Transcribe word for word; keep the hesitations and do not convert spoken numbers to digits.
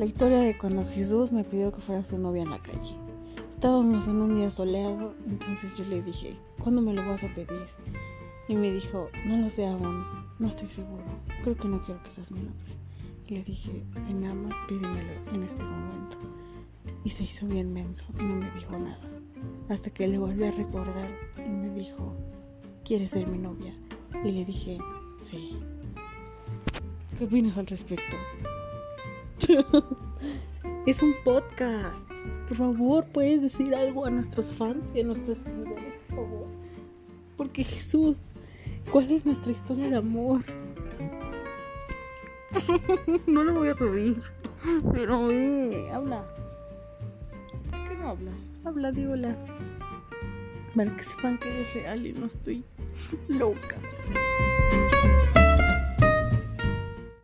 La historia de cuando Jesús me pidió que fuera su novia en la calle. Estábamos en un día soleado, entonces yo le dije, ¿cuándo me lo vas a pedir? Y me dijo, no lo sé aún, no estoy seguro, creo que no quiero que seas mi novia. Y le dije, si me amas, pídemelo en este momento. Y se hizo bien menso y no me dijo nada, hasta que le volví a recordar y me dijo, ¿quieres ser mi novia? Y le dije, sí. ¿Qué opinas al respecto? Es un podcast. Por favor, ¿puedes decir algo a nuestros fans y a nuestros seguidores, por favor? Porque Jesús, ¿cuál es nuestra historia de amor? No lo voy a subir. Pero, eh, habla. ¿Por qué no hablas? Habla, di hola. Para que sepan que es real y no estoy loca.